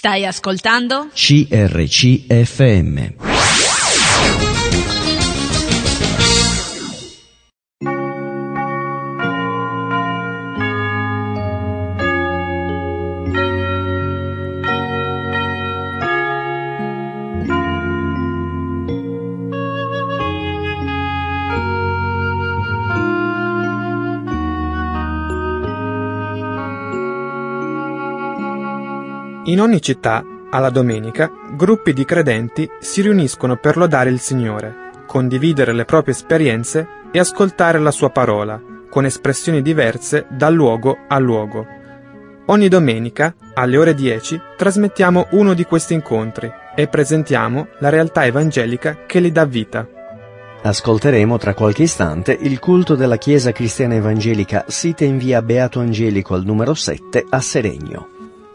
Stai ascoltando? CRC-FM. In ogni città, alla domenica, gruppi di credenti si riuniscono per lodare il Signore, condividere le proprie esperienze e ascoltare la sua parola, con espressioni diverse da luogo a luogo. Ogni domenica, alle ore 10, trasmettiamo uno di questi incontri e presentiamo la realtà evangelica che li dà vita. Ascolteremo tra qualche istante il culto della Chiesa Cristiana Evangelica sita in via Beato Angelico al numero 7 a Seregno.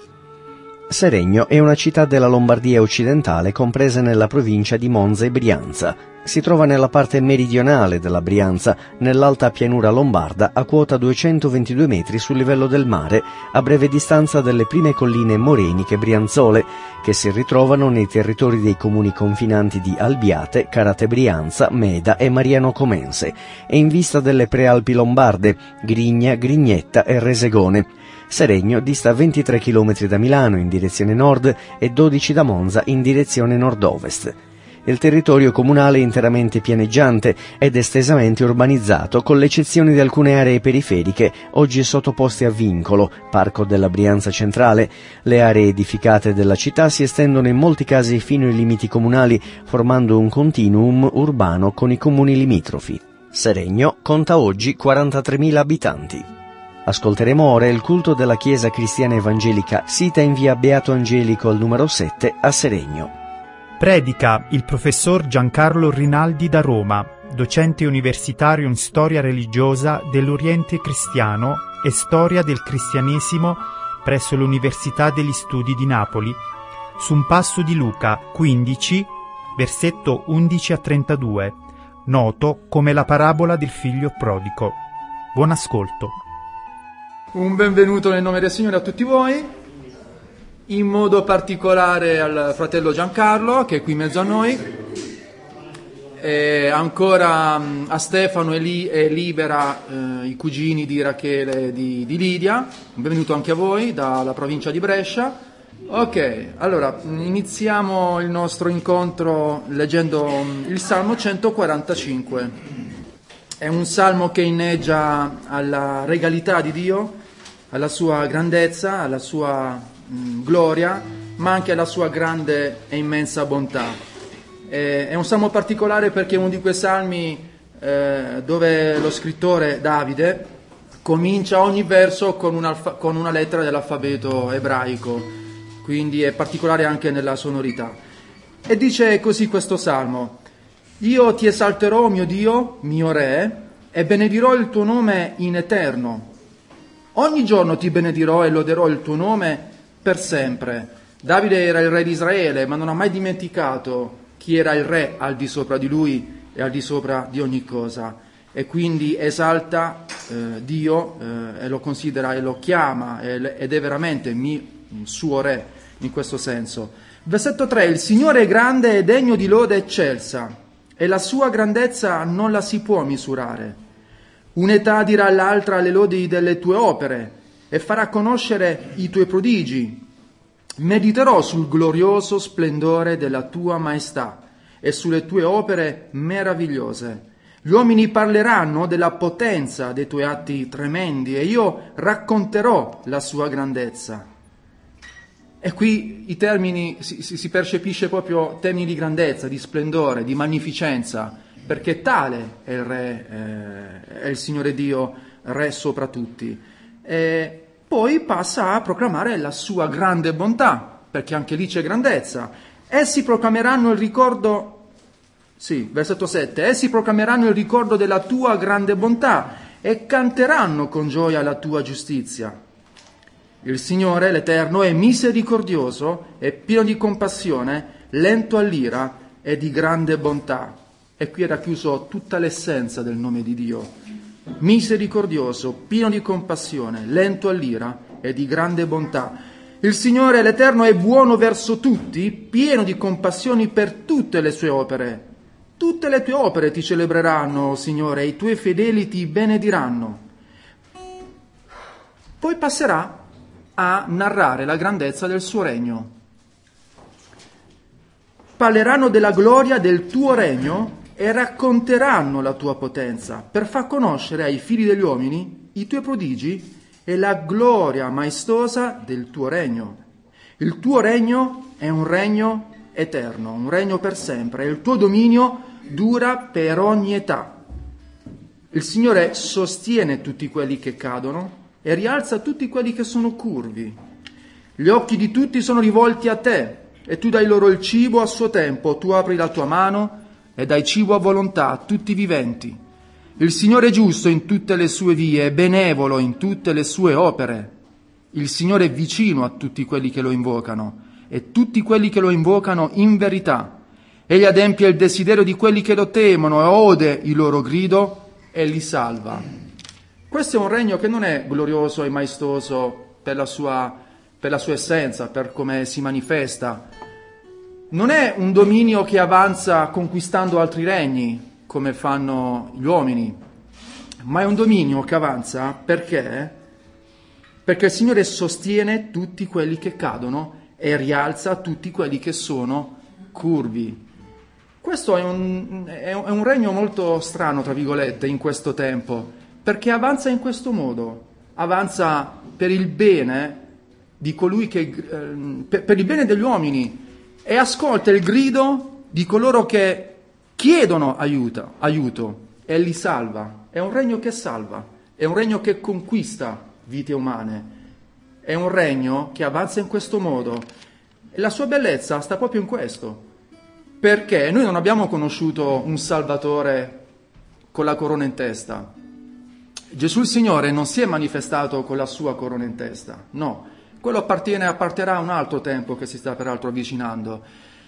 Seregno è una città della Lombardia occidentale compresa nella provincia di Monza e Brianza. Si trova nella parte meridionale della Brianza, nell'alta pianura lombarda, a quota 222 metri sul livello del mare, a breve distanza dalle prime colline moreniche brianzole, che si ritrovano nei territori dei comuni confinanti di Albiate, Carate Brianza, Meda e Mariano Comense, e in vista delle prealpi lombarde, Grigna, Grignetta e Resegone. Seregno dista 23 km da Milano in direzione nord e 12 da Monza in direzione nord-ovest. Il territorio comunale è interamente pianeggiante ed estesamente urbanizzato, con l'eccezione di alcune aree periferiche oggi sottoposte a vincolo, Parco della Brianza Centrale. Le aree edificate della città si estendono in molti casi fino ai limiti comunali, formando un continuum urbano con i comuni limitrofi. Seregno conta oggi 43.000 abitanti. Ascolteremo ora il culto della Chiesa Cristiana Evangelica sita in via Beato Angelico al numero 7 a Seregno. Predica il professor Giancarlo Rinaldi da Roma, docente universitario in storia religiosa dell'Oriente cristiano e storia del cristianesimo presso l'Università degli Studi di Napoli, su un passo di Luca 15, versetto 11 a 32, noto come la parabola del figlio prodigo. Buon ascolto. Un benvenuto nel nome del Signore a tutti voi, in modo particolare al fratello Giancarlo che è qui in mezzo a noi, e ancora a Stefano e Libera, i cugini di Rachele e di Lidia. Un benvenuto anche a voi dalla provincia di Brescia. Ok, allora iniziamo il nostro incontro leggendo il Salmo 145. È un salmo che inneggia alla regalità di Dio, alla sua grandezza, alla sua gloria, ma anche alla sua grande e immensa bontà. È un salmo particolare perché è uno di quei salmi dove lo scrittore Davide comincia ogni verso con una lettera dell'alfabeto ebraico, quindi è particolare anche nella sonorità. E dice così questo salmo: Io ti esalterò, mio Dio, mio Re, e benedirò il tuo nome in eterno. Ogni giorno ti benedirò e loderò il tuo nome per sempre. Davide era il re di Israele, ma non ha mai dimenticato chi era il re al di sopra di lui e al di sopra di ogni cosa. E quindi esalta Dio e lo considera e lo chiama ed è veramente il suo re in questo senso. Versetto 3: Il Signore è grande e degno di lode eccelsa, e la sua grandezza non la si può misurare. Un'età dirà all'altra le lodi delle tue opere e farà conoscere i tuoi prodigi. Mediterò sul glorioso splendore della tua maestà e sulle tue opere meravigliose. Gli uomini parleranno della potenza dei tuoi atti tremendi e io racconterò la sua grandezza. E qui i termini, si percepisce proprio termini di grandezza, di splendore, di magnificenza, perché tale è il Re, è il Signore Dio, Re sopra tutti. E poi passa a proclamare la sua grande bontà, perché anche lì c'è grandezza. Essi proclameranno il ricordo, versetto 7, essi proclameranno il ricordo della tua grande bontà e canteranno con gioia la tua giustizia. Il Signore, l'Eterno, è misericordioso e pieno di compassione, lento all'ira e di grande bontà. E qui è racchiuso tutta l'essenza del nome di Dio. Misericordioso, pieno di compassione, lento all'ira e di grande bontà. Il Signore l'Eterno è buono verso tutti, pieno di compassioni per tutte le sue opere. Tutte le tue opere ti celebreranno, Signore, e i tuoi fedeli ti benediranno. Poi passerà a narrare la grandezza del suo regno. Parleranno della gloria del tuo regno e racconteranno la tua potenza, per far conoscere ai figli degli uomini i tuoi prodigi e la gloria maestosa del tuo regno. Il tuo regno è un regno eterno, un regno per sempre, e il tuo dominio dura per ogni età. Il Signore sostiene tutti quelli che cadono e rialza tutti quelli che sono curvi. Gli occhi di tutti sono rivolti a te e tu dai loro il cibo a suo tempo. Tu apri la tua mano e dai cibo a volontà a tutti i viventi. Il Signore è giusto in tutte le sue vie e benevolo in tutte le sue opere. Il Signore è vicino a tutti quelli che lo invocano e tutti quelli che lo invocano in verità. Egli adempie il desiderio di quelli che lo temono e ode il loro grido e li salva. Questo è un regno che non è glorioso e maestoso per la sua essenza, per come si manifesta. Non è un dominio che avanza conquistando altri regni, come fanno gli uomini, ma è un dominio che avanza perché il Signore sostiene tutti quelli che cadono e rialza tutti quelli che sono curvi. Questo è un regno molto strano, tra virgolette, in questo tempo, perché avanza in questo modo, avanza per il bene di colui che, per il bene degli uomini, e ascolta il grido di coloro che chiedono aiuto e li salva. È un regno che salva, è un regno che conquista vite umane, è un regno che avanza in questo modo. E la sua bellezza sta proprio in questo, perché noi non abbiamo conosciuto un Salvatore con la corona in testa. Gesù il Signore non si è manifestato con la sua corona in testa, no, quello apparterà a un altro tempo che si sta peraltro avvicinando.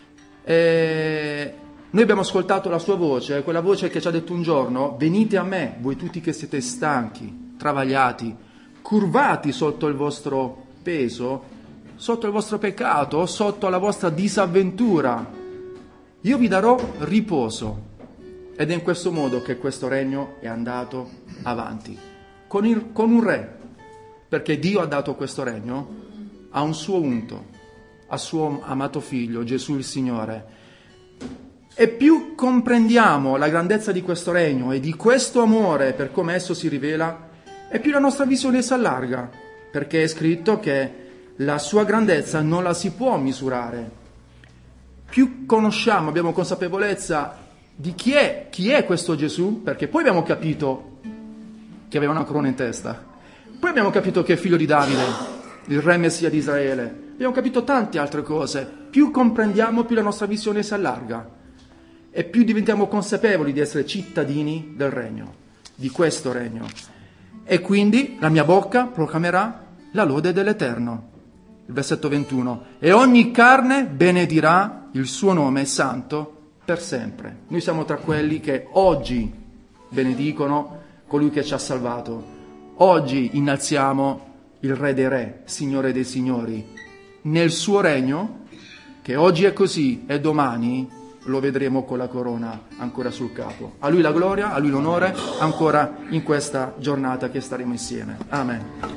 Noi abbiamo ascoltato la sua voce, quella voce che ci ha detto un giorno: venite a me, voi tutti che siete stanchi, travagliati, curvati sotto il vostro peso, sotto il vostro peccato, sotto la vostra disavventura. Io vi darò riposo. Ed è in questo modo che questo regno è andato avanti, con un re, perché Dio ha dato questo regno a un suo unto, a suo amato figlio, Gesù il Signore. E più comprendiamo la grandezza di questo regno e di questo amore per come esso si rivela, e più la nostra visione si allarga, perché è scritto che la sua grandezza non la si può misurare. Più conosciamo, abbiamo consapevolezza di chi è questo Gesù, perché poi abbiamo capito che aveva una corona in testa, poi abbiamo capito che è figlio di Davide, il re Messia di Israele, abbiamo capito tante altre cose. Più comprendiamo, più la nostra visione si allarga e più diventiamo consapevoli di essere cittadini del regno, di questo regno. E quindi la mia bocca proclamerà la lode dell'Eterno. Il versetto 21. E ogni carne benedirà il suo nome santo per sempre. Noi siamo tra quelli che oggi benedicono colui che ci ha salvato. Oggi innalziamo il Re dei Re, Signore dei Signori, nel suo regno, che oggi è così e domani lo vedremo con la corona ancora sul capo. A Lui la gloria, a Lui l'onore, ancora in questa giornata che staremo insieme. Amen.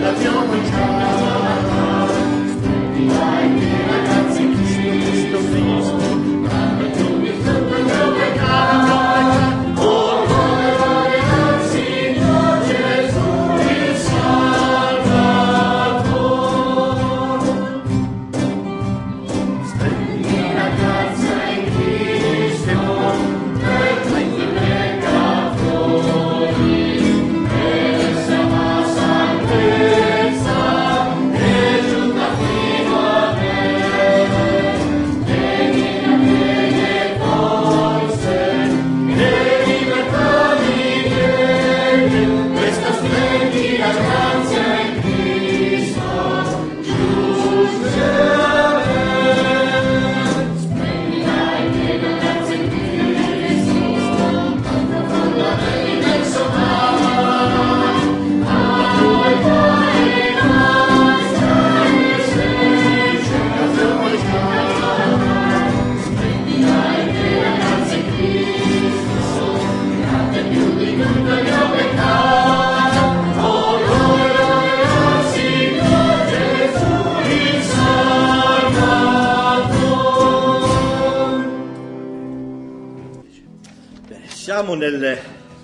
Siamo nel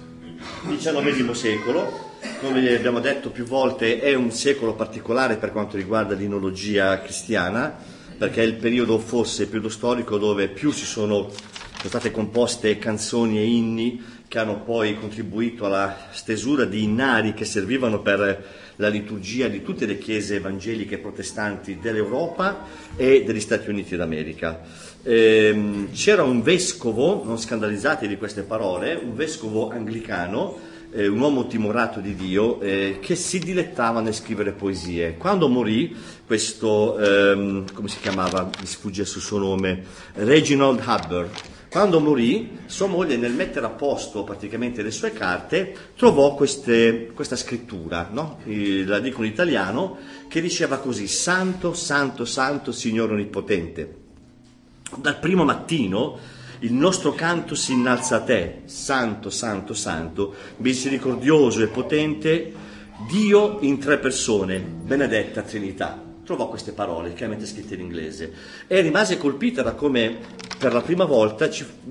XIX secolo, come abbiamo detto più volte è un secolo particolare per quanto riguarda l'innologia cristiana, perché è il periodo forse più storico dove più sono state composte canzoni e inni che hanno poi contribuito alla stesura di innari che servivano per la liturgia di tutte le chiese evangeliche protestanti dell'Europa e degli Stati Uniti d'America. C'era un vescovo, non scandalizzati di queste parole, un vescovo anglicano, un uomo timorato di Dio, che si dilettava nel scrivere poesie. Quando morì questo, come si chiamava, mi sfugge il suo nome, Reginald Hubbard, quando morì, sua moglie nel mettere a posto praticamente le sue carte trovò questa scrittura, no? La dico in italiano, che diceva così: Santo, Santo, Santo, Signore Onnipotente. Dal primo mattino il nostro canto si innalza a te, Santo, Santo, Santo, misericordioso e potente, Dio in tre persone, benedetta Trinità. Trovò queste parole, chiaramente scritte in inglese, e rimase colpita da come per la prima volta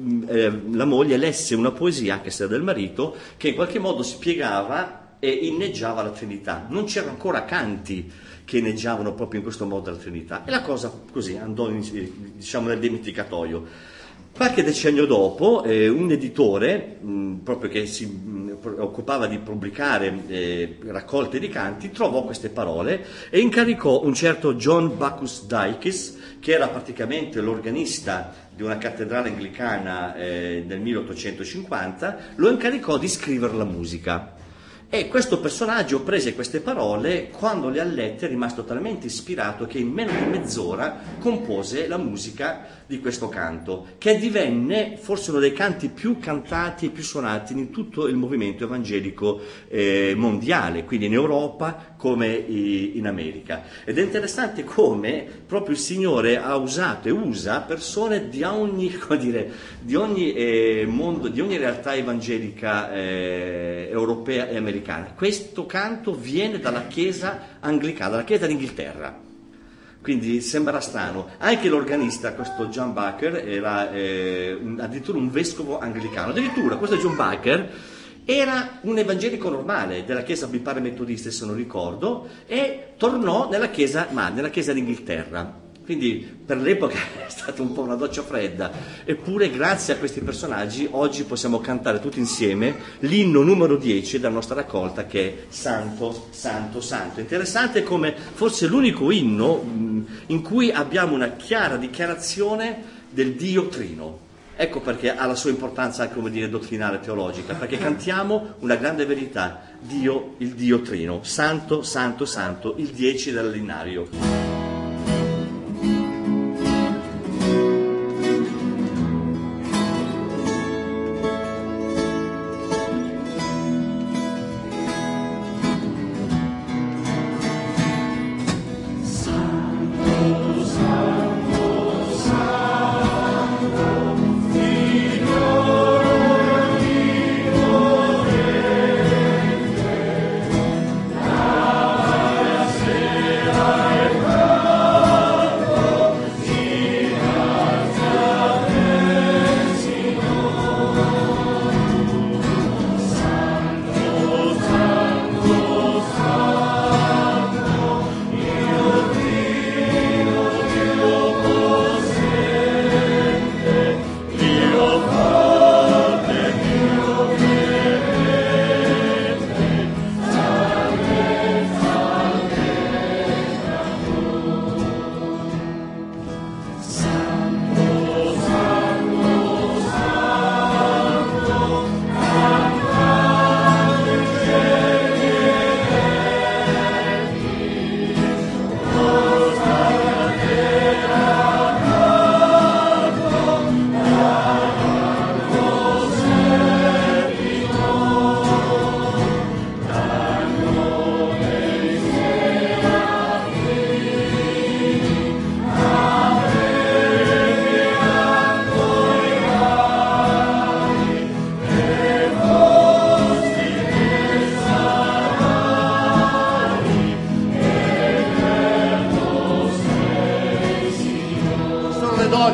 la moglie lesse una poesia, anche se era del marito, che in qualche modo spiegava e inneggiava la Trinità. Non c'erano ancora canti che inneggiavano proprio in questo modo la Trinità, e la cosa così andò diciamo nel dimenticatoio. Qualche decennio dopo un editore proprio che si occupava di pubblicare raccolte di canti trovò queste parole e incaricò un certo John Bacchus Dykes, che era praticamente l'organista di una cattedrale anglicana del 1850, lo incaricò di scrivere la musica. E questo personaggio prese queste parole, quando le ha lette è rimasto talmente ispirato che in meno di mezz'ora compose la musica di questo canto, che divenne forse uno dei canti più cantati e più suonati in tutto il movimento evangelico mondiale, quindi in Europa come in America. Ed è interessante come proprio il Signore ha usato e usa persone di ogni, come dire, di ogni mondo, di ogni realtà evangelica europea e americana. Questo canto viene dalla Chiesa anglicana, dalla Chiesa d'Inghilterra. Quindi sembra strano. Anche l'organista, questo John Baker, era addirittura un vescovo anglicano. Addirittura questo John Baker era un evangelico normale della Chiesa bipare metodista, se non ricordo, e tornò nella Chiesa d'Inghilterra. Quindi per l'epoca è stata un po' una doccia fredda, eppure grazie a questi personaggi oggi possiamo cantare tutti insieme l'inno numero 10 della nostra raccolta, che è Santo, Santo, Santo. Interessante come forse l'unico inno in cui abbiamo una chiara dichiarazione del Dio Trino. Ecco perché ha la sua importanza anche, come dire, dottrinale, teologica, perché cantiamo una grande verità: Dio, il Dio Trino, Santo, Santo, Santo, il 10 dell'Alinario.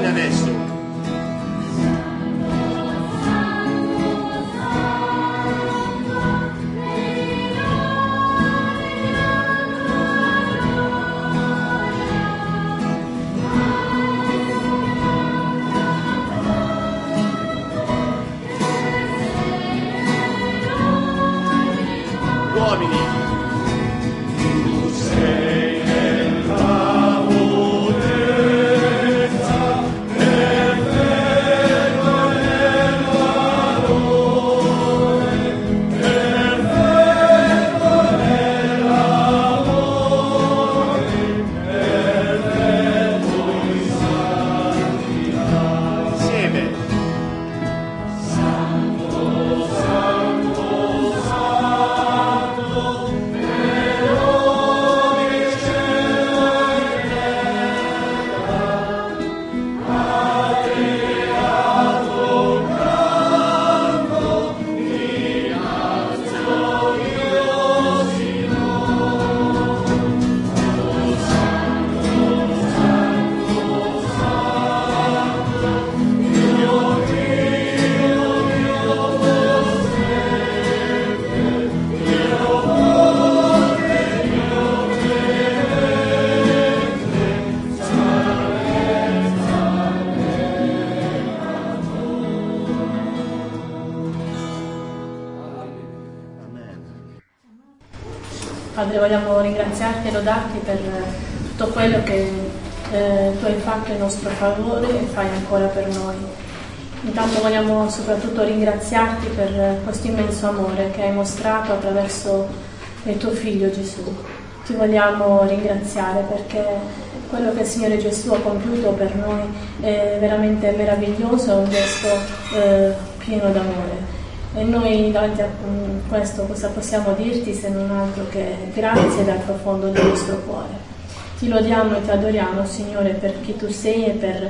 Vieni adesso. Padre, vogliamo ringraziarti e lodarti per tutto quello che tu hai fatto in nostro favore e fai ancora per noi. Intanto vogliamo soprattutto ringraziarti per questo immenso amore che hai mostrato attraverso il tuo Figlio Gesù. Ti vogliamo ringraziare perché quello che il Signore Gesù ha compiuto per noi è veramente meraviglioso, è un gesto pieno d'amore. E noi davanti a questo cosa possiamo dirti se non altro che grazie dal profondo del nostro cuore. Ti lodiamo e ti adoriamo, Signore, per chi tu sei e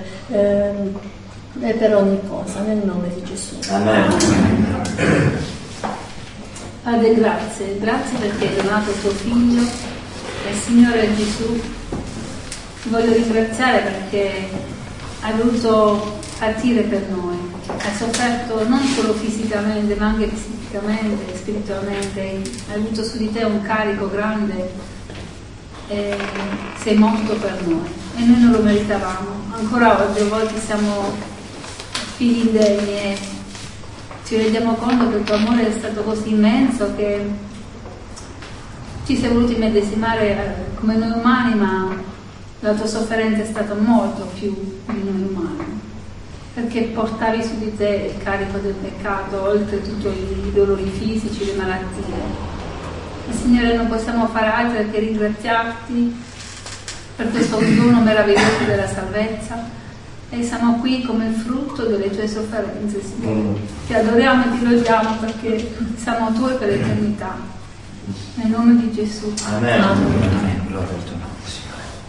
per ogni cosa, nel nome di Gesù. Amen. Padre, grazie perché hai donato tuo Figlio e Signore Gesù, ti voglio ringraziare perché hai voluto partire per noi. Hai sofferto non solo fisicamente ma anche psicicamente e spiritualmente, hai avuto su di te un carico grande e sei morto per noi e noi non lo meritavamo. Ancora oggi a volte siamo figli indegni e ci rendiamo conto che il tuo amore è stato così immenso che ci sei voluti immedesimare come noi umani, ma la tua sofferenza è stata molto più di noi umani, perché portavi su di te il carico del peccato, oltre tutto i dolori fisici, le malattie. E Signore, non possiamo fare altro che ringraziarti per questo dono meraviglioso della salvezza e siamo qui come il frutto delle tue sofferenze, Signore. Ti adoriamo e ti lodiamo perché siamo tuoi per l'eternità. Nel nome di Gesù. Amen. Amen. Gloria al tuo nome, Signore.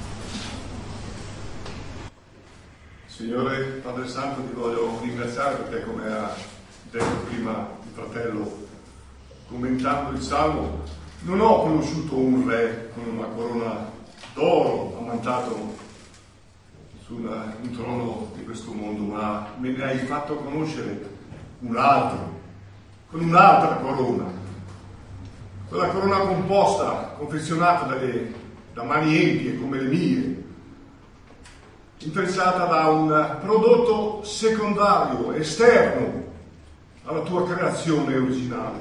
Signore Padre Santo, ti voglio ringraziare perché, come ha detto prima il fratello commentando il Salmo, non ho conosciuto un re con una corona d'oro ammantato su un trono di questo mondo, ma me ne hai fatto conoscere un altro, con un'altra corona, quella corona composta, confezionata da mani empie come le mie, intrecciata da un prodotto secondario, esterno alla tua creazione originale.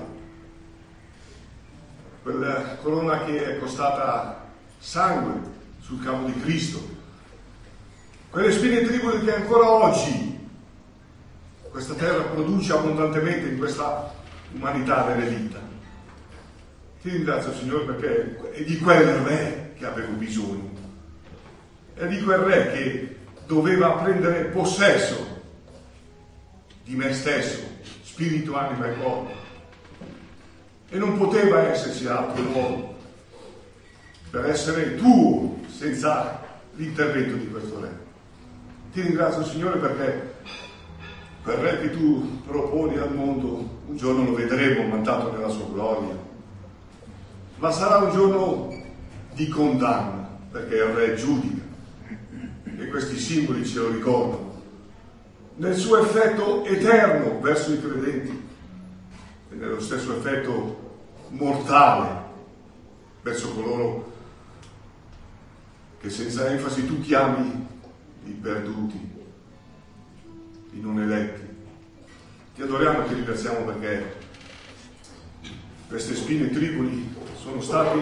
Quella corona che è costata sangue sul capo di Cristo. Quelle spine tribuli che ancora oggi questa terra produce abbondantemente in questa umanità derelitta. Ti ringrazio, Signore, perché è di quel re che avevo bisogno. È di quel re che doveva prendere possesso di me stesso, spirito, anima e corpo. E non poteva esserci altro modo per essere tuo senza l'intervento di questo re. Ti ringrazio, Signore, perché quel re che tu proponi al mondo un giorno lo vedremo ammantato nella sua gloria, ma sarà un giorno di condanna, perché il re giudica. E questi simboli ce lo ricordano. nel suo effetto eterno verso i credenti e nello stesso effetto mortale verso coloro che senza enfasi tu chiami i perduti, i non eletti. Ti adoriamo e ti ringraziamo perché queste spine tribuli sono stati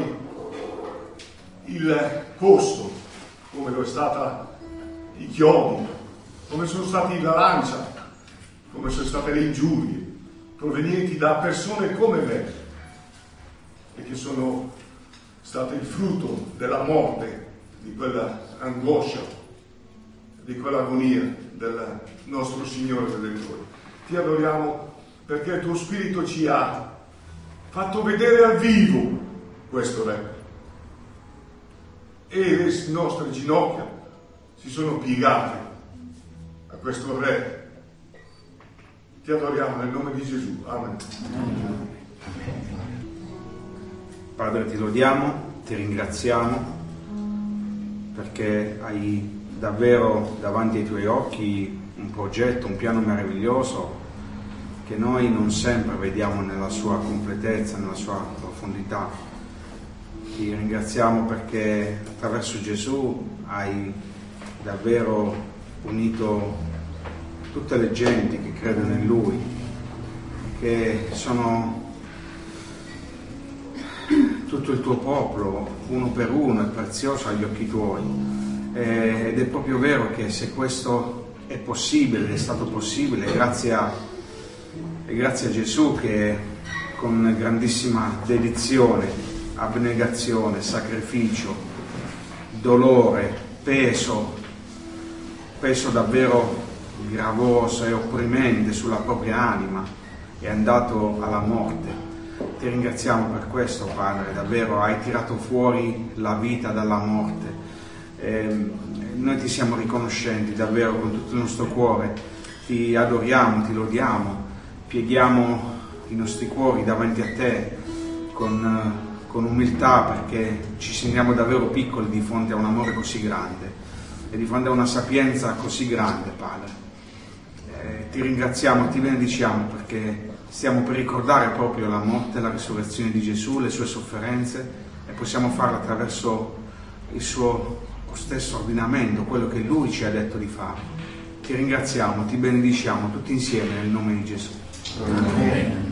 il posto, come lo è stata i chiodi, come sono stati la lancia, come sono state le ingiurie provenienti da persone come me e che sono state il frutto della morte, di quella angoscia, di quell'agonia del nostro Signore Redentore. Ti adoriamo perché il tuo Spirito ci ha fatto vedere al vivo questo Re e le nostre ginocchia si sono piegate a questo Re. Ti adoriamo nel nome di Gesù. Amen. Padre, ti lodiamo, ti ringraziamo perché hai davvero davanti ai tuoi occhi un progetto, un piano meraviglioso che noi non sempre vediamo nella sua completezza, nella sua profondità. Ti ringraziamo perché attraverso Gesù hai davvero unito tutte le genti che credono in Lui, che sono tutto il tuo popolo, uno per uno, è prezioso agli occhi tuoi. Ed è proprio vero che se questo è possibile, è stato possibile, grazie a Gesù che con grandissima dedizione, abnegazione, sacrificio, dolore, peso davvero gravoso e opprimente sulla propria anima, è andato alla morte. Ti ringraziamo per questo, Padre, davvero hai tirato fuori la vita dalla morte. Noi ti siamo riconoscenti davvero con tutto il nostro cuore, ti adoriamo, ti lodiamo, pieghiamo i nostri cuori davanti a te con umiltà perché ci sentiamo davvero piccoli di fronte a un amore così grande e di fronte a una sapienza così grande, Padre. Ti ringraziamo, ti benediciamo perché stiamo per ricordare proprio la morte e la risurrezione di Gesù, le sue sofferenze, e possiamo farlo attraverso il suo stesso ordinamento, quello che Lui ci ha detto di fare. Ti ringraziamo, ti benediciamo tutti insieme nel nome di Gesù. Amen.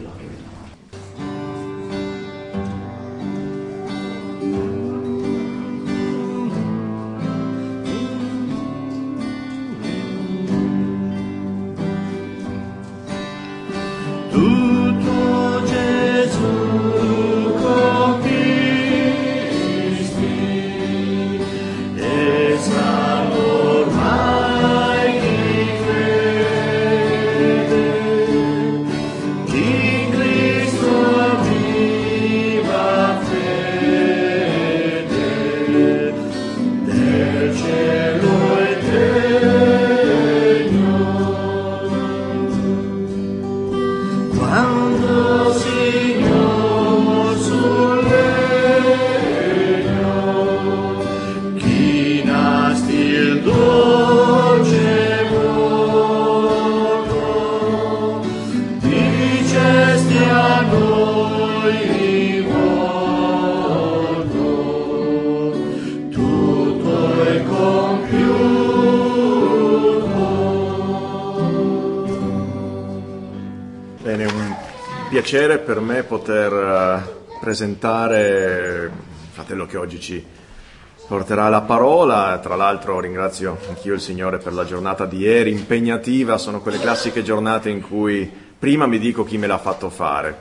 Piacere per me poter presentare il fratello che oggi ci porterà la parola. Tra l'altro ringrazio anch'io il Signore per la giornata di ieri, impegnativa. Sono quelle classiche giornate in cui prima mi dico chi me l'ha fatto fare,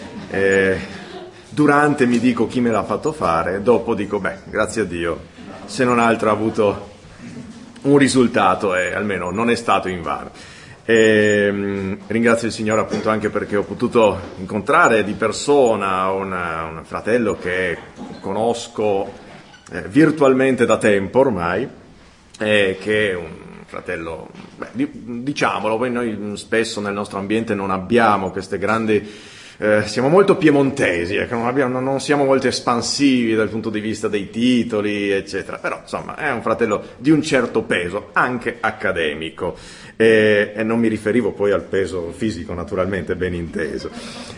durante mi dico chi me l'ha fatto fare, dopo dico grazie a Dio, se non altro ha avuto un risultato e almeno non è stato invano. Ringrazio il Signore appunto anche perché ho potuto incontrare di persona un fratello che conosco virtualmente da tempo ormai, che è un fratello, diciamolo, poi noi spesso nel nostro ambiente non abbiamo queste grandi siamo molto piemontesi, ecco, non siamo molto espansivi dal punto di vista dei titoli, eccetera, però insomma è un fratello di un certo peso, anche accademico, e non mi riferivo poi al peso fisico, naturalmente, ben inteso.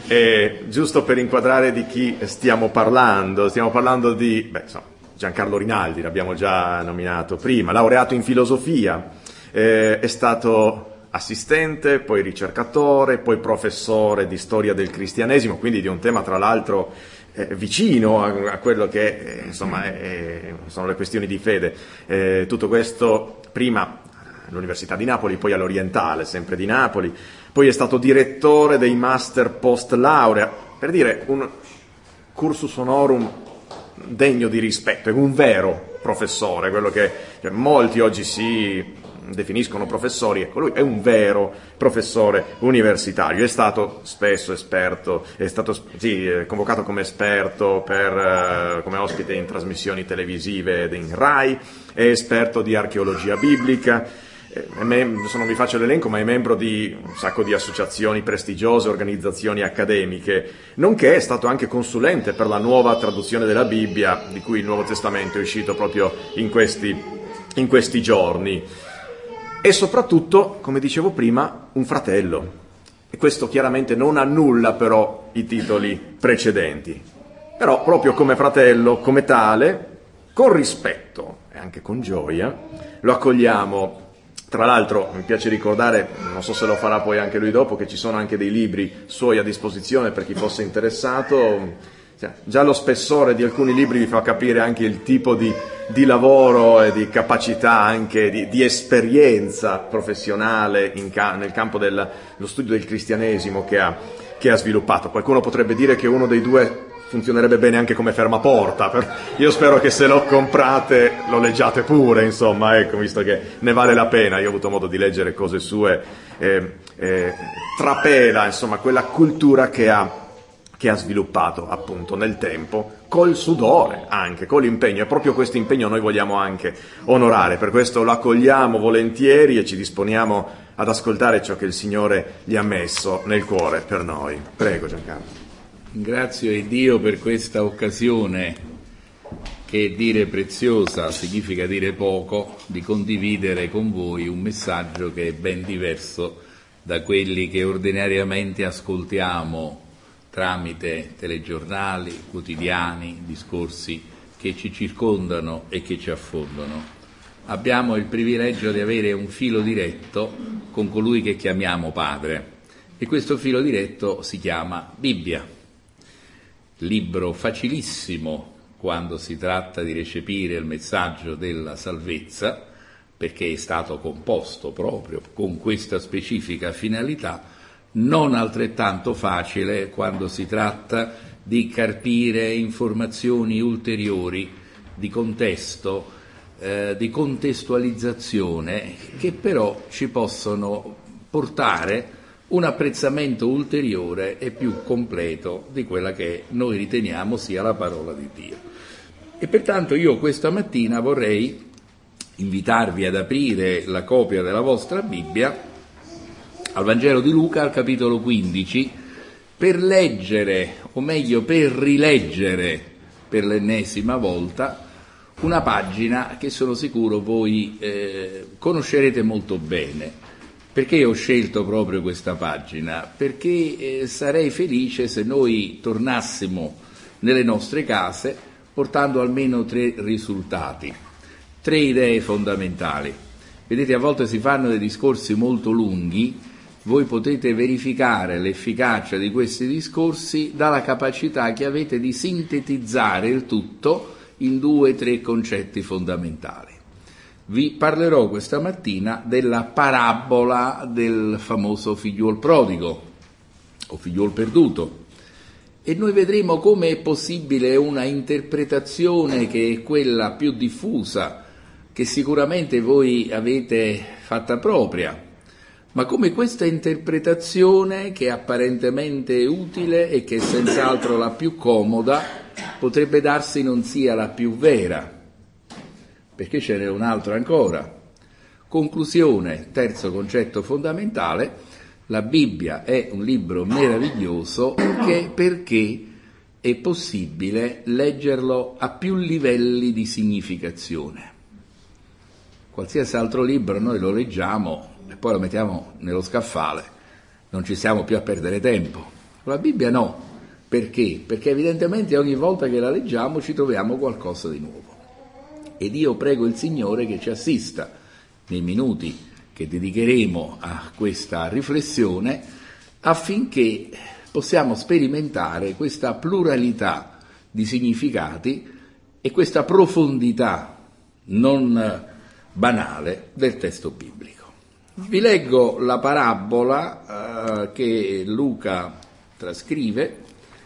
Giusto per inquadrare di chi stiamo parlando di Giancarlo Rinaldi, l'abbiamo già nominato prima, laureato in filosofia, è stato assistente, poi ricercatore, poi professore di storia del cristianesimo, quindi di un tema tra l'altro vicino a quello che sono le questioni di fede. Tutto questo prima all'Università di Napoli, poi all'Orientale, sempre di Napoli, poi è stato direttore dei master post laurea, per dire un cursus honorum degno di rispetto, è un vero professore, quello che molti oggi si definiscono professori, ecco, lui è un vero professore universitario, è stato spesso esperto, è stato convocato come esperto come ospite in trasmissioni televisive in Rai, è esperto di archeologia biblica, adesso non vi faccio l'elenco, ma è membro di un sacco di associazioni prestigiose, organizzazioni accademiche, nonché è stato anche consulente per la nuova traduzione della Bibbia, di cui il Nuovo Testamento è uscito proprio in questi giorni. E soprattutto, come dicevo prima, un fratello. E questo chiaramente non annulla però i titoli precedenti. Però proprio come fratello, come tale, con rispetto e anche con gioia, lo accogliamo. Tra l'altro mi piace ricordare, non so se lo farà poi anche lui dopo, che ci sono anche dei libri suoi a disposizione per chi fosse interessato. Già lo spessore di alcuni libri vi fa capire anche il tipo di lavoro e di capacità, anche di esperienza professionale nel campo dello studio del cristianesimo che ha sviluppato. Qualcuno potrebbe dire che uno dei due funzionerebbe bene anche come fermaporta, io spero che se lo comprate lo leggiate pure, insomma, ecco, visto che ne vale la pena. Io ho avuto modo di leggere cose sue, trapela insomma quella cultura che ha sviluppato appunto nel tempo, col sudore anche, con l'impegno, e proprio questo impegno noi vogliamo anche onorare. Per questo lo accogliamo volentieri e ci disponiamo ad ascoltare ciò che il Signore gli ha messo nel cuore per noi. Prego Giancarlo. Ringrazio Dio per questa occasione, che dire preziosa significa dire poco, di condividere con voi un messaggio che è ben diverso da quelli che ordinariamente ascoltiamo tramite telegiornali, quotidiani, discorsi che ci circondano e che ci affondano. Abbiamo il privilegio di avere un filo diretto con colui che chiamiamo Padre, e questo filo diretto si chiama Bibbia. Libro facilissimo quando si tratta di recepire il messaggio della salvezza, perché è stato composto proprio con questa specifica finalità, non altrettanto facile quando si tratta di carpire informazioni ulteriori di contesto, di contestualizzazione, che però ci possono portare un apprezzamento ulteriore e più completo di quella che noi riteniamo sia la parola di Dio. E pertanto io questa mattina vorrei invitarvi ad aprire la copia della vostra Bibbia al Vangelo di Luca, al capitolo 15, per leggere, o meglio per rileggere per l'ennesima volta, una pagina che sono sicuro voi conoscerete molto bene. Perché ho scelto proprio questa pagina? Perché sarei felice se noi tornassimo nelle nostre case portando almeno 3 risultati, 3 idee fondamentali. Vedete, a volte si fanno dei discorsi molto lunghi, voi potete verificare l'efficacia di questi discorsi dalla capacità che avete di sintetizzare il tutto in 2-3 concetti fondamentali. Vi parlerò questa mattina della parabola del famoso figliuol prodigo o figliuol perduto, e noi vedremo come è possibile una interpretazione che è quella più diffusa, che sicuramente voi avete fatta propria, ma come questa interpretazione, che è apparentemente utile e che è senz'altro la più comoda, potrebbe darsi non sia la più vera, perché ce n'è un'altra ancora. Conclusione, terzo concetto fondamentale: La Bibbia è un libro meraviglioso perché è possibile leggerlo a più livelli di significazione. Qualsiasi altro libro noi lo leggiamo e poi lo mettiamo nello scaffale, non ci stiamo più a perdere tempo. La Bibbia no. Perché? Perché evidentemente ogni volta che la leggiamo ci troviamo qualcosa di nuovo. Ed io prego il Signore che ci assista nei minuti che dedicheremo a questa riflessione affinché possiamo sperimentare questa pluralità di significati e questa profondità non banale del testo biblico. Vi leggo la parabola che Luca trascrive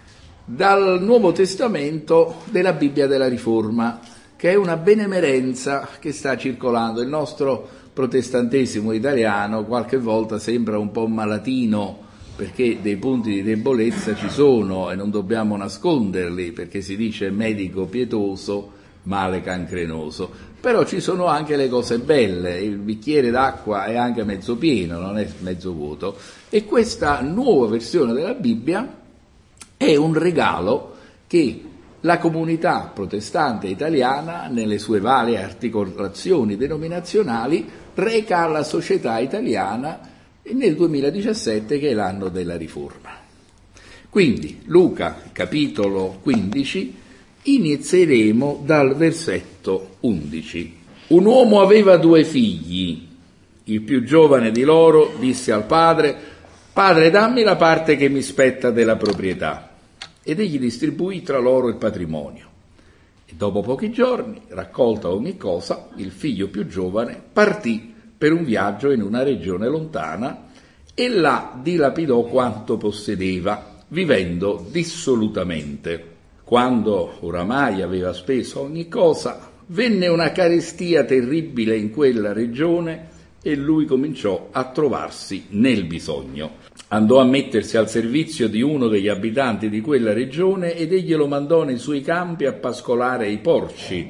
dal Nuovo Testamento della Bibbia della Riforma, che è una benemerenza che sta circolando. Il nostro protestantesimo italiano qualche volta sembra un po' malatino, perché dei punti di debolezza ci sono e non dobbiamo nasconderli, perché si dice medico pietoso, male cancrenoso. Però ci sono anche le cose belle, il bicchiere d'acqua è anche mezzo pieno, non è mezzo vuoto. E questa nuova versione della Bibbia è un regalo che la comunità protestante italiana, nelle sue varie articolazioni denominazionali, reca alla società italiana nel 2017, che è l'anno della Riforma. Quindi, Luca, capitolo 15, inizieremo dal versetto 11. Un uomo aveva 2 figli. Il più giovane di loro disse al padre: «Padre, dammi la parte che mi spetta della proprietà». Ed egli distribuì tra loro il patrimonio. E dopo pochi giorni, raccolta ogni cosa, il figlio più giovane partì per un viaggio in una regione lontana e là dilapidò quanto possedeva, vivendo dissolutamente. Quando oramai aveva speso ogni cosa, venne una carestia terribile in quella regione e lui cominciò a trovarsi nel bisogno. Andò a mettersi al servizio di uno degli abitanti di quella regione ed egli lo mandò nei suoi campi a pascolare i porci.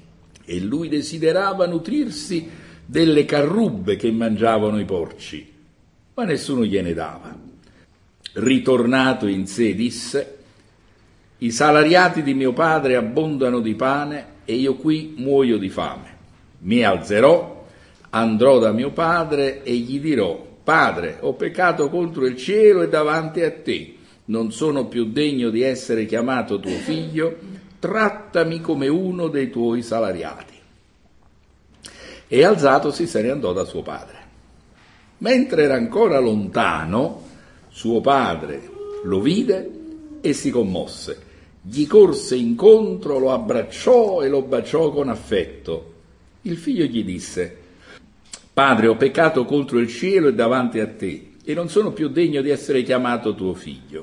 E lui desiderava nutrirsi delle carrubbe che mangiavano i porci, ma nessuno gliene dava. Ritornato in sé disse: «I salariati di mio padre abbondano di pane e io qui muoio di fame. Mi alzerò, andrò da mio padre e gli dirò: Padre, ho peccato contro il cielo e davanti a te, non sono più degno di essere chiamato tuo figlio, trattami come uno dei tuoi salariati». E alzatosi se ne andò da suo padre. Mentre era ancora lontano, suo padre lo vide e si commosse. Gli corse incontro, lo abbracciò e lo baciò con affetto. Il figlio gli disse: «Padre, ho peccato contro il cielo e davanti a te, e non sono più degno di essere chiamato tuo figlio».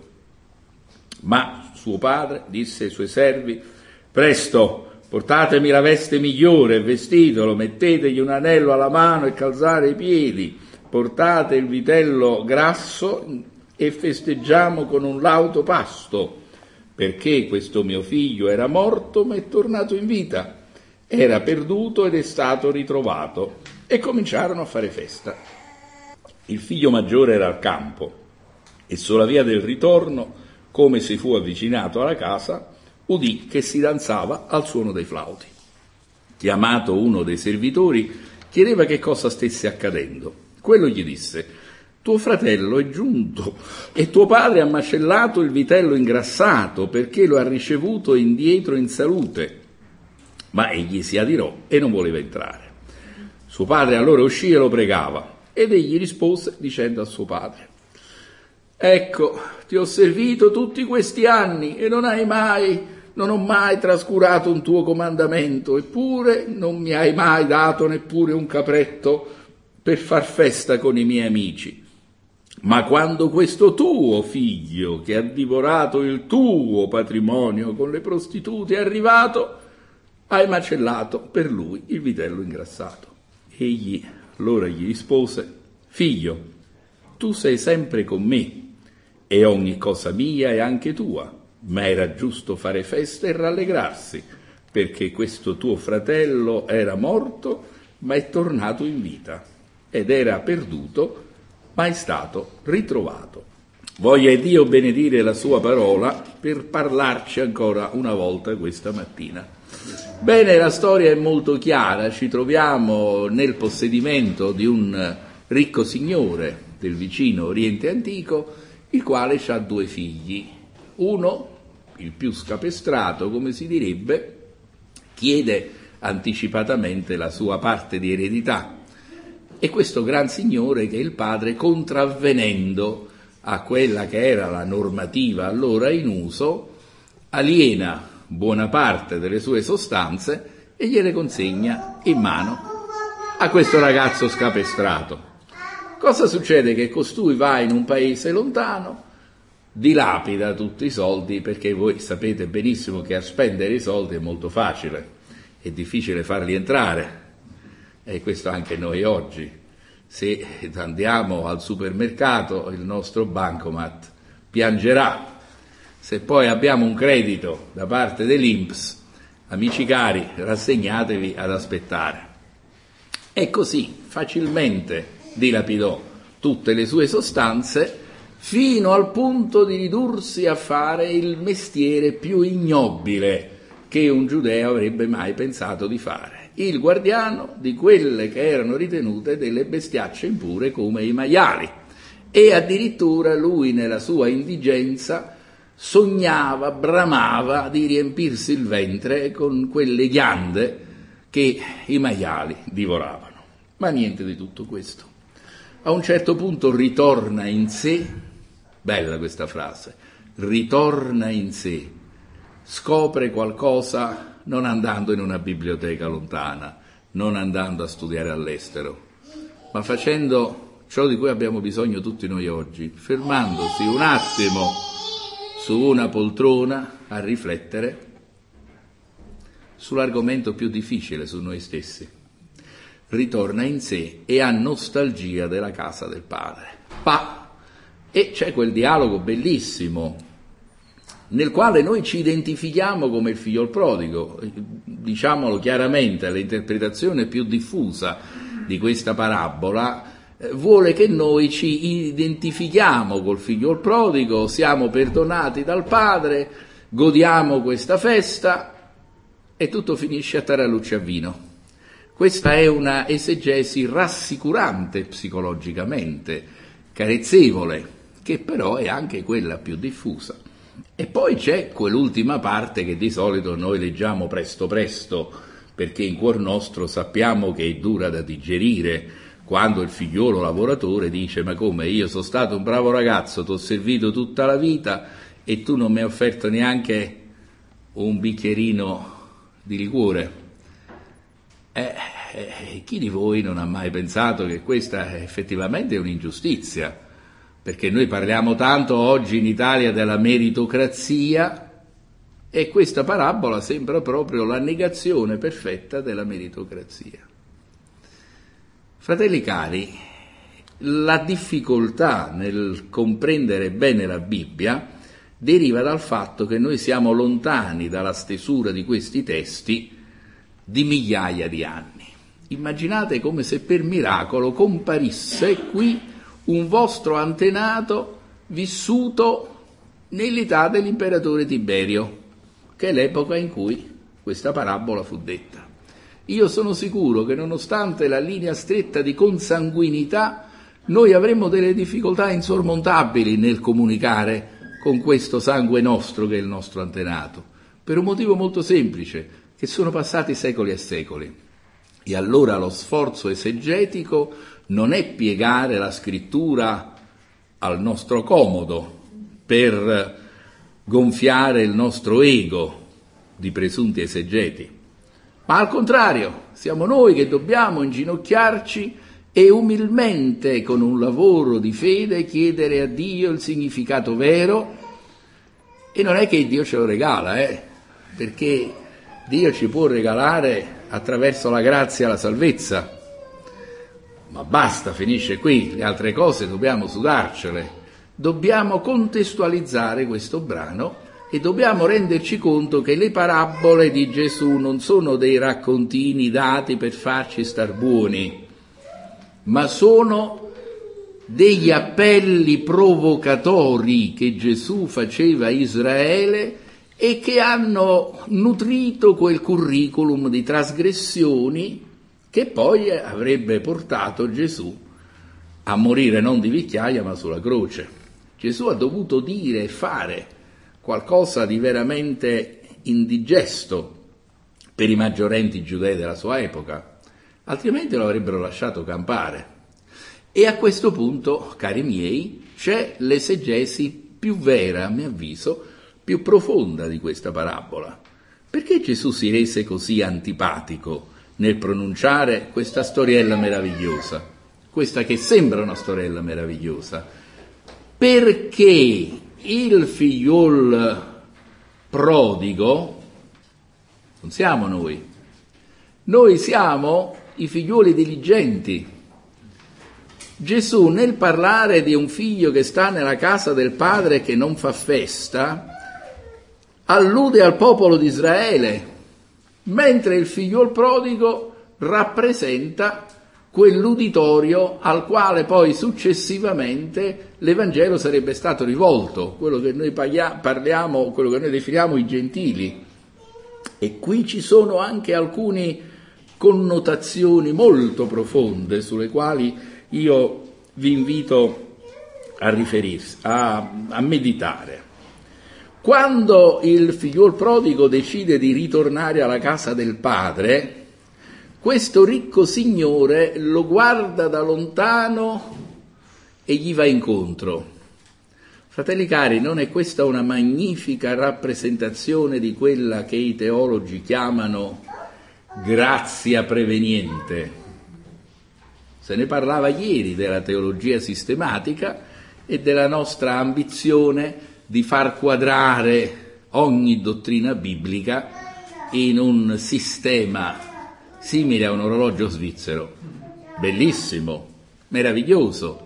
Ma suo padre disse ai suoi servi: «Presto, portatemi la veste migliore, vestitelo, mettetegli un anello alla mano e calzare i piedi, portate il vitello grasso e festeggiamo con un lauto pasto, perché questo mio figlio era morto ma è tornato in vita, era perduto ed è stato ritrovato». E cominciarono a fare festa. Il figlio maggiore era al campo e sulla via del ritorno, come si fu avvicinato alla casa, udì che si danzava al suono dei flauti. Chiamato uno dei servitori, chiedeva che cosa stesse accadendo. Quello gli disse: «Tuo fratello è giunto e tuo padre ha macellato il vitello ingrassato perché lo ha ricevuto indietro in salute». Ma egli si adirò e non voleva entrare. Suo padre allora uscì e lo pregava, ed egli rispose dicendo a suo padre: «Ecco, ti ho servito tutti questi anni e non ho mai trascurato un tuo comandamento, eppure non mi hai mai dato neppure un capretto per far festa con i miei amici. Ma quando questo tuo figlio, che ha divorato il tuo patrimonio con le prostitute, è arrivato, hai macellato per lui il vitello ingrassato». Egli allora gli rispose: «Figlio, tu sei sempre con me e ogni cosa mia è anche tua, ma era giusto fare festa e rallegrarsi, perché questo tuo fratello era morto ma è tornato in vita, ed era perduto ma è stato ritrovato. Voglia Dio benedire la sua parola per parlarci ancora una volta questa mattina. Bene, la storia è molto chiara, ci troviamo nel possedimento di un ricco signore del vicino Oriente Antico, il quale ha 2 figli. Uno, il più scapestrato, come si direbbe, chiede anticipatamente la sua parte di eredità, e questo gran signore, che è il padre, contravvenendo a quella che era la normativa allora in uso, aliena buona parte delle sue sostanze e gliele consegna in mano a questo ragazzo scapestrato. Cosa succede? Che costui va in un paese lontano, dilapida tutti i soldi, perché voi sapete benissimo che a spendere i soldi è molto facile, è difficile farli entrare, e questo anche noi oggi. Se andiamo al supermercato, il nostro bancomat piangerà. Se poi abbiamo un credito da parte dell'INPS, amici cari, rassegnatevi ad aspettare. E così facilmente dilapidò tutte le sue sostanze, fino al punto di ridursi a fare il mestiere più ignobile che un giudeo avrebbe mai pensato di fare: il guardiano di quelle che erano ritenute delle bestiacce impure come i maiali. E addirittura lui, nella sua indigenza, sognava, bramava di riempirsi il ventre con quelle ghiande che i maiali divoravano. Ma niente di tutto questo. A un certo punto ritorna in sé, bella questa frase, ritorna in sé, scopre qualcosa non andando in una biblioteca lontana, non andando a studiare all'estero, ma facendo ciò di cui abbiamo bisogno tutti noi oggi, fermandosi un attimo su una poltrona a riflettere sull'argomento più difficile, su noi stessi. Ritorna in sé e ha nostalgia della casa del padre. E c'è quel dialogo bellissimo nel quale noi ci identifichiamo come il figlio prodigo. Diciamolo chiaramente, l'interpretazione più diffusa di questa parabola vuole che noi ci identifichiamo col figlio prodigo, siamo perdonati dal padre, godiamo questa festa e tutto finisce a tarallucce a vino. Questa è una esegesi rassicurante psicologicamente, carezzevole, che però è anche quella più diffusa. E poi c'è quell'ultima parte che di solito noi leggiamo presto presto, perché in cuor nostro sappiamo che è dura da digerire, quando il figliolo lavoratore dice: ma come, io sono stato un bravo ragazzo, ti ho servito tutta la vita e tu non mi hai offerto neanche un bicchierino di liquore. Chi di voi non ha mai pensato che questa effettivamente è un'ingiustizia? Perché noi parliamo tanto oggi in Italia della meritocrazia e questa parabola sembra proprio la negazione perfetta della meritocrazia. Fratelli cari, la difficoltà nel comprendere bene la Bibbia deriva dal fatto che noi siamo lontani dalla stesura di questi testi di migliaia di anni. Immaginate come se per miracolo comparisse qui un vostro antenato vissuto nell'età dell'imperatore Tiberio, che è l'epoca in cui questa parabola fu detta. Io sono sicuro che nonostante la linea stretta di consanguinità, noi avremmo delle difficoltà insormontabili nel comunicare con questo sangue nostro che è il nostro antenato, per un motivo molto semplice, che sono passati secoli e secoli. E allora lo sforzo esegetico non è piegare la scrittura al nostro comodo per gonfiare il nostro ego di presunti esegeti, ma al contrario, siamo noi che dobbiamo inginocchiarci e umilmente, con un lavoro di fede, chiedere a Dio il significato vero. E non è che Dio ce lo regala, perché Dio ci può regalare attraverso la grazia la salvezza, ma basta, finisce qui, le altre cose dobbiamo sudarcele. Dobbiamo contestualizzare questo brano e dobbiamo renderci conto che le parabole di Gesù non sono dei raccontini dati per farci star buoni, ma sono degli appelli provocatori che Gesù faceva a Israele e che hanno nutrito quel curriculum di trasgressioni che poi avrebbe portato Gesù a morire non di vecchiaia ma sulla croce. Gesù ha dovuto dire e fare qualcosa di veramente indigesto per i maggiorenti giudei della sua epoca, altrimenti lo avrebbero lasciato campare. E a questo punto, cari miei, c'è l'esegesi più vera, a mio avviso, più profonda di questa parabola. Perché Gesù si rese così antipatico nel pronunciare questa storiella meravigliosa, questa che sembra una storiella meravigliosa? Perché il figliol prodigo non siamo noi siamo i figlioli diligenti. Gesù, nel parlare di un figlio che sta nella casa del padre e che non fa festa, allude al popolo di Israele, mentre il figliol prodigo rappresenta quell'uditorio al quale poi successivamente l'Evangelo sarebbe stato rivolto, quello che noi parliamo, quello che noi definiamo i gentili. E qui ci sono anche alcune connotazioni molto profonde sulle quali io vi invito a riferirsi, a meditare. Quando il figliuol prodigo decide di ritornare alla casa del padre, questo ricco signore lo guarda da lontano e gli va incontro. Fratelli cari, non è questa una magnifica rappresentazione di quella che i teologi chiamano grazia preveniente? Se ne parlava ieri della teologia sistematica e della nostra ambizione di far quadrare ogni dottrina biblica in un sistema simile a un orologio svizzero. Bellissimo, meraviglioso,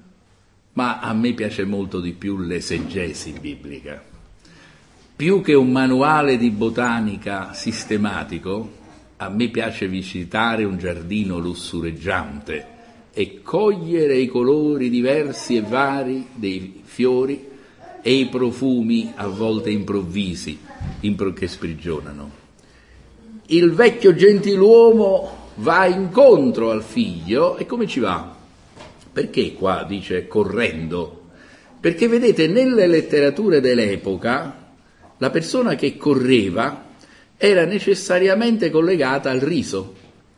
ma a me piace molto di più l'esegesi biblica. Più che un manuale di botanica sistematico, a me piace visitare un giardino lussureggiante e cogliere i colori diversi e vari dei fiori e i profumi a volte improvvisi che sprigionano. Il vecchio gentiluomo va incontro al figlio e come ci va? Perché qua dice correndo? Perché vedete, nelle letterature dell'epoca la persona che correva era necessariamente collegata al riso.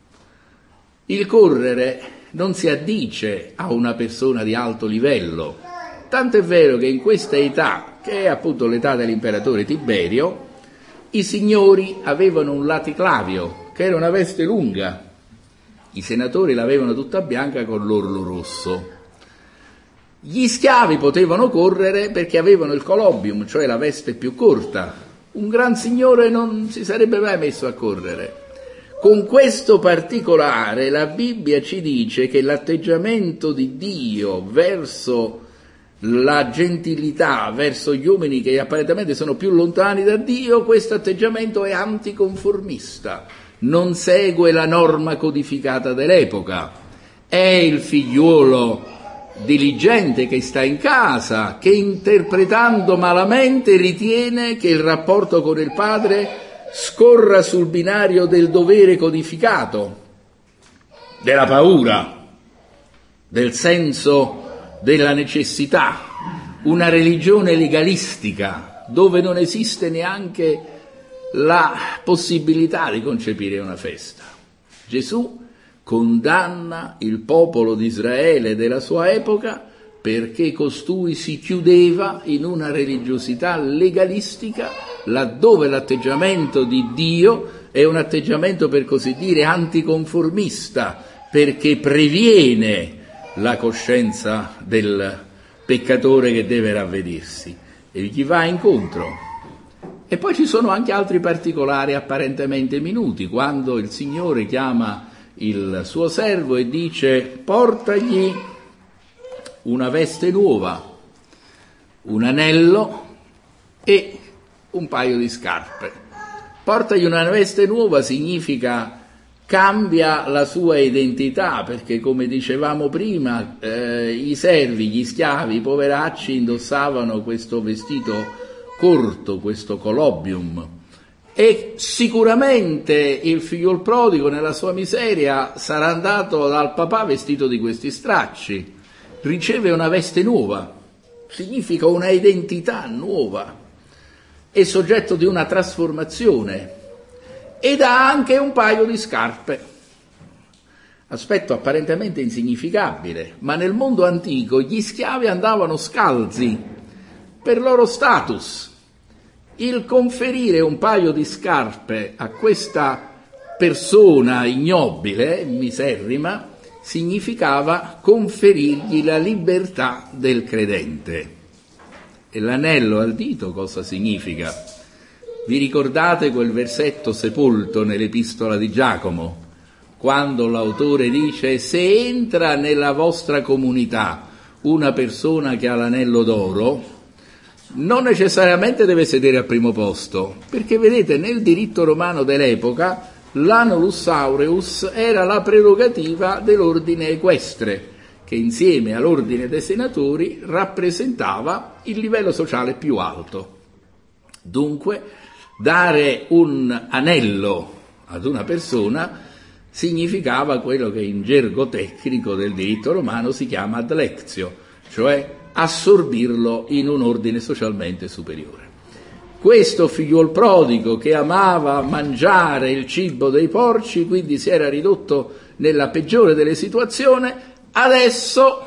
Il correre non si addice a una persona di alto livello, tanto è vero che in questa età, che è appunto l'età dell'imperatore Tiberio, i signori avevano un laticlavio, che era una veste lunga, i senatori l'avevano tutta bianca con l'orlo rosso. Gli schiavi potevano correre perché avevano il colobium, cioè la veste più corta. Un gran signore non si sarebbe mai messo a correre. Con questo particolare la Bibbia ci dice che l'atteggiamento di Dio verso la gentilità, verso gli uomini che apparentemente sono più lontani da Dio, questo atteggiamento è anticonformista, non segue la norma codificata dell'epoca. È il figliuolo diligente che sta in casa, che interpretando malamente ritiene che il rapporto con il padre scorra sul binario del dovere codificato, della paura, del senso della necessità, una religione legalistica dove non esiste neanche la possibilità di concepire una festa. Gesù condanna il popolo di Israele della sua epoca perché costui si chiudeva in una religiosità legalistica laddove l'atteggiamento di Dio è un atteggiamento per così dire anticonformista, perché previene la coscienza del peccatore che deve ravvedersi e gli va incontro. E poi ci sono anche altri particolari apparentemente minuti, quando il Signore chiama il suo servo e dice: portagli una veste nuova, un anello e un paio di scarpe. Portagli una veste nuova significa cambia la sua identità, perché come dicevamo prima, i servi, gli schiavi, i poveracci indossavano questo vestito corto, questo colobium, e sicuramente il figliol prodigo nella sua miseria sarà andato dal papà vestito di questi stracci, riceve una veste nuova, significa una identità nuova, è soggetto di una trasformazione ed ha anche un paio di scarpe, aspetto apparentemente insignificabile, ma nel mondo antico gli schiavi andavano scalzi per loro status. Il conferire un paio di scarpe a questa persona ignobile, miserrima, significava conferirgli la libertà del credente. E l'anello al dito cosa significa? Vi ricordate quel versetto sepolto nell'epistola di Giacomo, quando l'autore dice: se entra nella vostra comunità una persona che ha l'anello d'oro, non necessariamente deve sedere al primo posto, perché vedete, nel diritto romano dell'epoca l'annulus aureus era la prerogativa dell'ordine equestre, che insieme all'ordine dei senatori rappresentava il livello sociale più alto. Dunque, dare un anello ad una persona significava quello che in gergo tecnico del diritto romano si chiama adlectio, cioè assorbirlo in un ordine socialmente superiore. Questo figliuol prodigo, che amava mangiare il cibo dei porci, quindi si era ridotto nella peggiore delle situazioni, adesso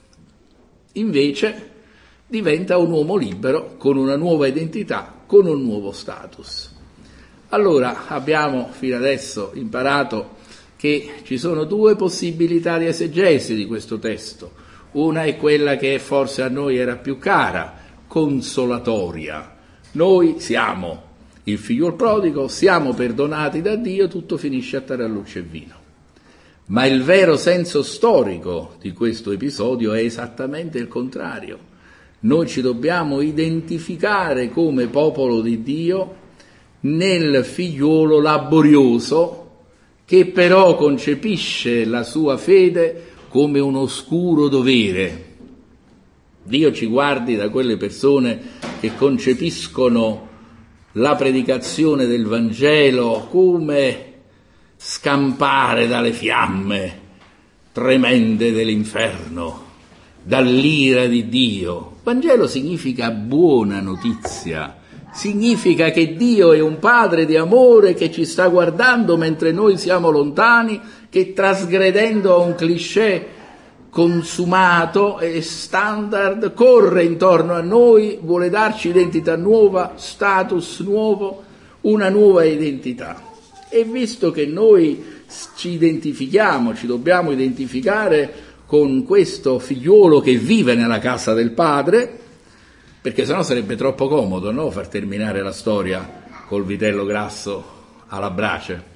invece diventa un uomo libero, con una nuova identità, con un nuovo status. Allora abbiamo fino adesso imparato che ci sono due possibilità di esegesi di questo testo. Una è quella che forse a noi era più cara, consolatoria. Noi siamo il figliuol prodigo, siamo perdonati da Dio, tutto finisce a tarallucce e vino. Ma il vero senso storico di questo episodio è esattamente il contrario. Noi ci dobbiamo identificare come popolo di Dio nel figliuolo laborioso, che però concepisce la sua fede come un oscuro dovere. Dio ci guardi da quelle persone che concepiscono la predicazione del Vangelo come scampare dalle fiamme tremende dell'inferno, dall'ira di Dio. Vangelo significa buona notizia, significa che Dio è un Padre di amore che ci sta guardando mentre noi siamo lontani, che trasgredendo a un cliché consumato e standard corre intorno a noi, vuole darci identità nuova, status nuovo, una nuova identità. E visto che noi ci identifichiamo, ci dobbiamo identificare con questo figliuolo che vive nella casa del padre, perché sennò sarebbe troppo comodo, no? Far terminare la storia col vitello grasso alla brace.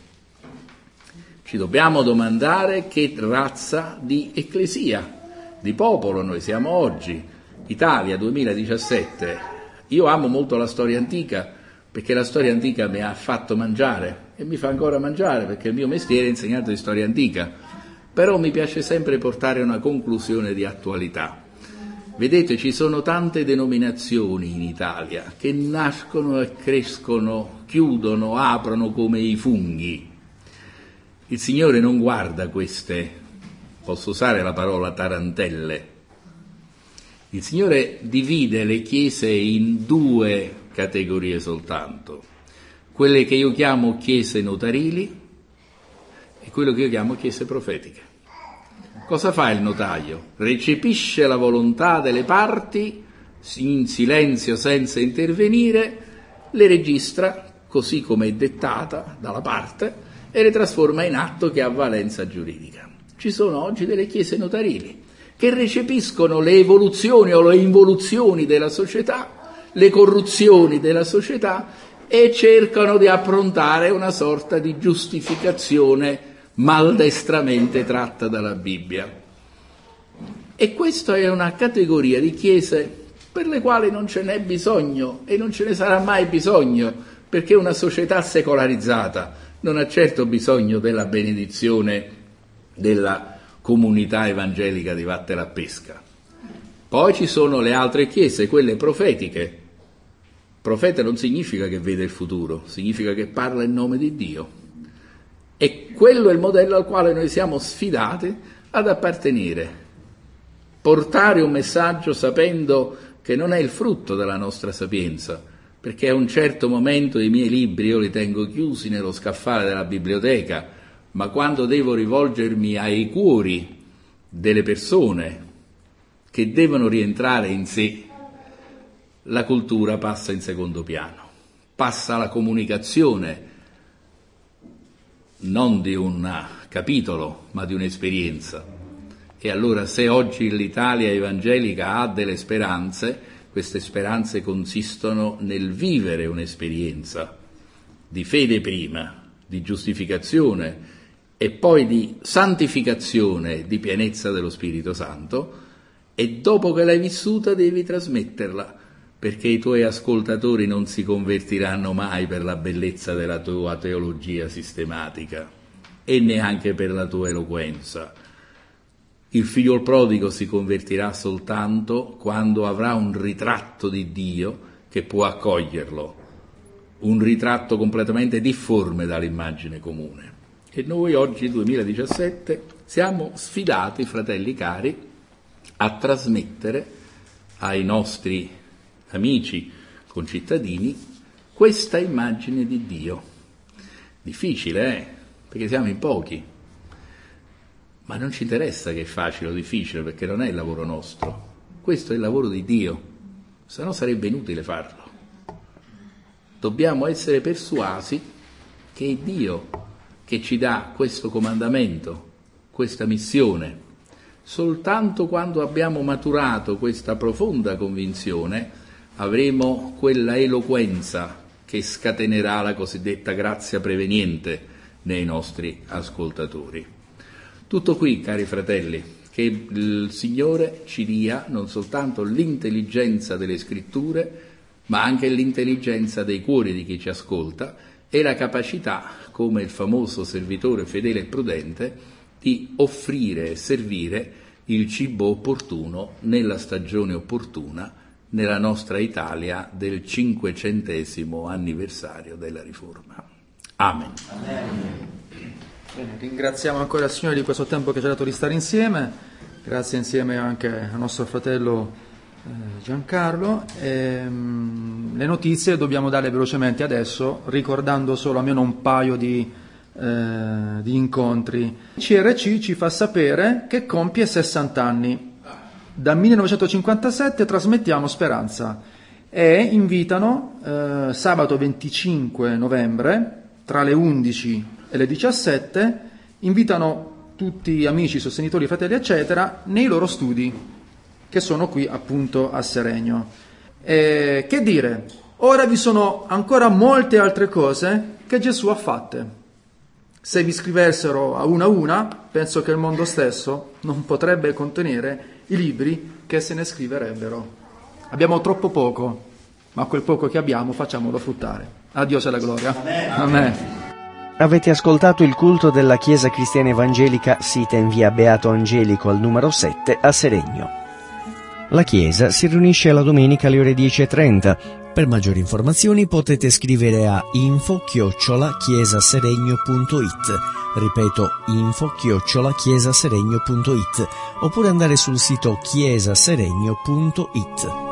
Ci dobbiamo domandare che razza di ecclesia, di popolo noi siamo oggi. Italia 2017. Io amo molto la storia antica, perché la storia antica mi ha fatto mangiare e mi fa ancora mangiare, perché il mio mestiere è insegnante di storia antica, però mi piace sempre portare una conclusione di attualità. Vedete, ci sono tante denominazioni in Italia che nascono e crescono, chiudono, aprono come i funghi. Il Signore non guarda queste, posso usare la parola tarantelle. Il Signore divide le chiese in due categorie soltanto, quelle che io chiamo chiese notarili e quello che io chiamo chiese profetiche. Cosa fa il notaio? Recepisce la volontà delle parti in silenzio senza intervenire, le registra così come è dettata dalla parte e le trasforma in atto che ha valenza giuridica. Ci sono oggi delle chiese notarili che recepiscono le evoluzioni o le involuzioni della società, le corruzioni della società e cercano di approntare una sorta di giustificazione maldestramente tratta dalla Bibbia. E questa è una categoria di chiese per le quali non ce n'è bisogno e non ce ne sarà mai bisogno, perché una società secolarizzata non ha certo bisogno della benedizione della comunità evangelica di Vattene a Pesca. Poi ci sono le altre chiese, quelle profetiche. Profeta non significa che vede il futuro, significa che parla in nome di Dio. E quello è il modello al quale noi siamo sfidati ad appartenere. Portare un messaggio sapendo che non è il frutto della nostra sapienza, perché a un certo momento i miei libri io li tengo chiusi nello scaffale della biblioteca, ma quando devo rivolgermi ai cuori delle persone che devono rientrare in sé, la cultura passa in secondo piano, passa la comunicazione non di un capitolo, ma di un'esperienza. E allora se oggi l'Italia evangelica ha delle speranze, queste speranze consistono nel vivere un'esperienza di fede prima, di giustificazione e poi di santificazione, di pienezza dello Spirito Santo, e dopo che l'hai vissuta devi trasmetterla, perché i tuoi ascoltatori non si convertiranno mai per la bellezza della tua teologia sistematica e neanche per la tua eloquenza. Il figliol prodigo si convertirà soltanto quando avrà un ritratto di Dio che può accoglierlo, un ritratto completamente difforme dall'immagine comune. E noi oggi, 2017, siamo sfidati, fratelli cari, a trasmettere ai nostri amici, concittadini, questa immagine di Dio. Difficile, perché siamo in pochi. Ma non ci interessa che è facile o difficile, perché non è il lavoro nostro. Questo è il lavoro di Dio, se no sarebbe inutile farlo. Dobbiamo essere persuasi che è Dio che ci dà questo comandamento, questa missione. Soltanto quando abbiamo maturato questa profonda convinzione avremo quella eloquenza che scatenerà la cosiddetta grazia preveniente nei nostri ascoltatori. Tutto qui, cari fratelli, che il Signore ci dia non soltanto l'intelligenza delle scritture, ma anche l'intelligenza dei cuori di chi ci ascolta e la capacità, come il famoso servitore fedele e prudente, di offrire e servire il cibo opportuno nella stagione opportuna nella nostra Italia del 500° anniversario della Riforma. Amen. Bene, ringraziamo ancora il Signore di questo tempo che ci ha dato di stare insieme, grazie insieme anche al nostro fratello Giancarlo. Le notizie dobbiamo darle velocemente adesso, ricordando solo almeno un paio di incontri. CRC ci fa sapere che compie 60 anni. Da 1957 trasmettiamo Speranza e invitano sabato 25 novembre tra le 11 e le 17, invitano tutti amici, sostenitori, fratelli eccetera nei loro studi che sono qui appunto a Seregno. Che dire, ora vi sono ancora molte altre cose che Gesù ha fatte. Se vi scrivessero a una, penso che il mondo stesso non potrebbe contenere i libri che se ne scriverebbero. Abbiamo troppo poco, ma quel poco che abbiamo facciamolo fruttare. A Dio sia la gloria. Amen. Avete ascoltato il culto della Chiesa Cristiana Evangelica sita in via Beato Angelico al numero 7 a Seregno. La Chiesa si riunisce la domenica alle ore 10:30. Per maggiori informazioni potete scrivere a info@chiesaseregno.it, ripeto info@chiesaseregno.it, oppure andare sul sito chiesaseregno.it.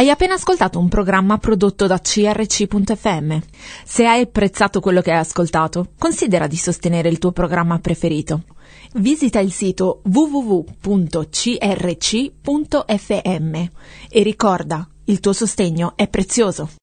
Hai appena ascoltato un programma prodotto da CRC.fm. Se hai apprezzato quello che hai ascoltato, considera di sostenere il tuo programma preferito. Visita il sito www.crc.fm e ricorda, il tuo sostegno è prezioso.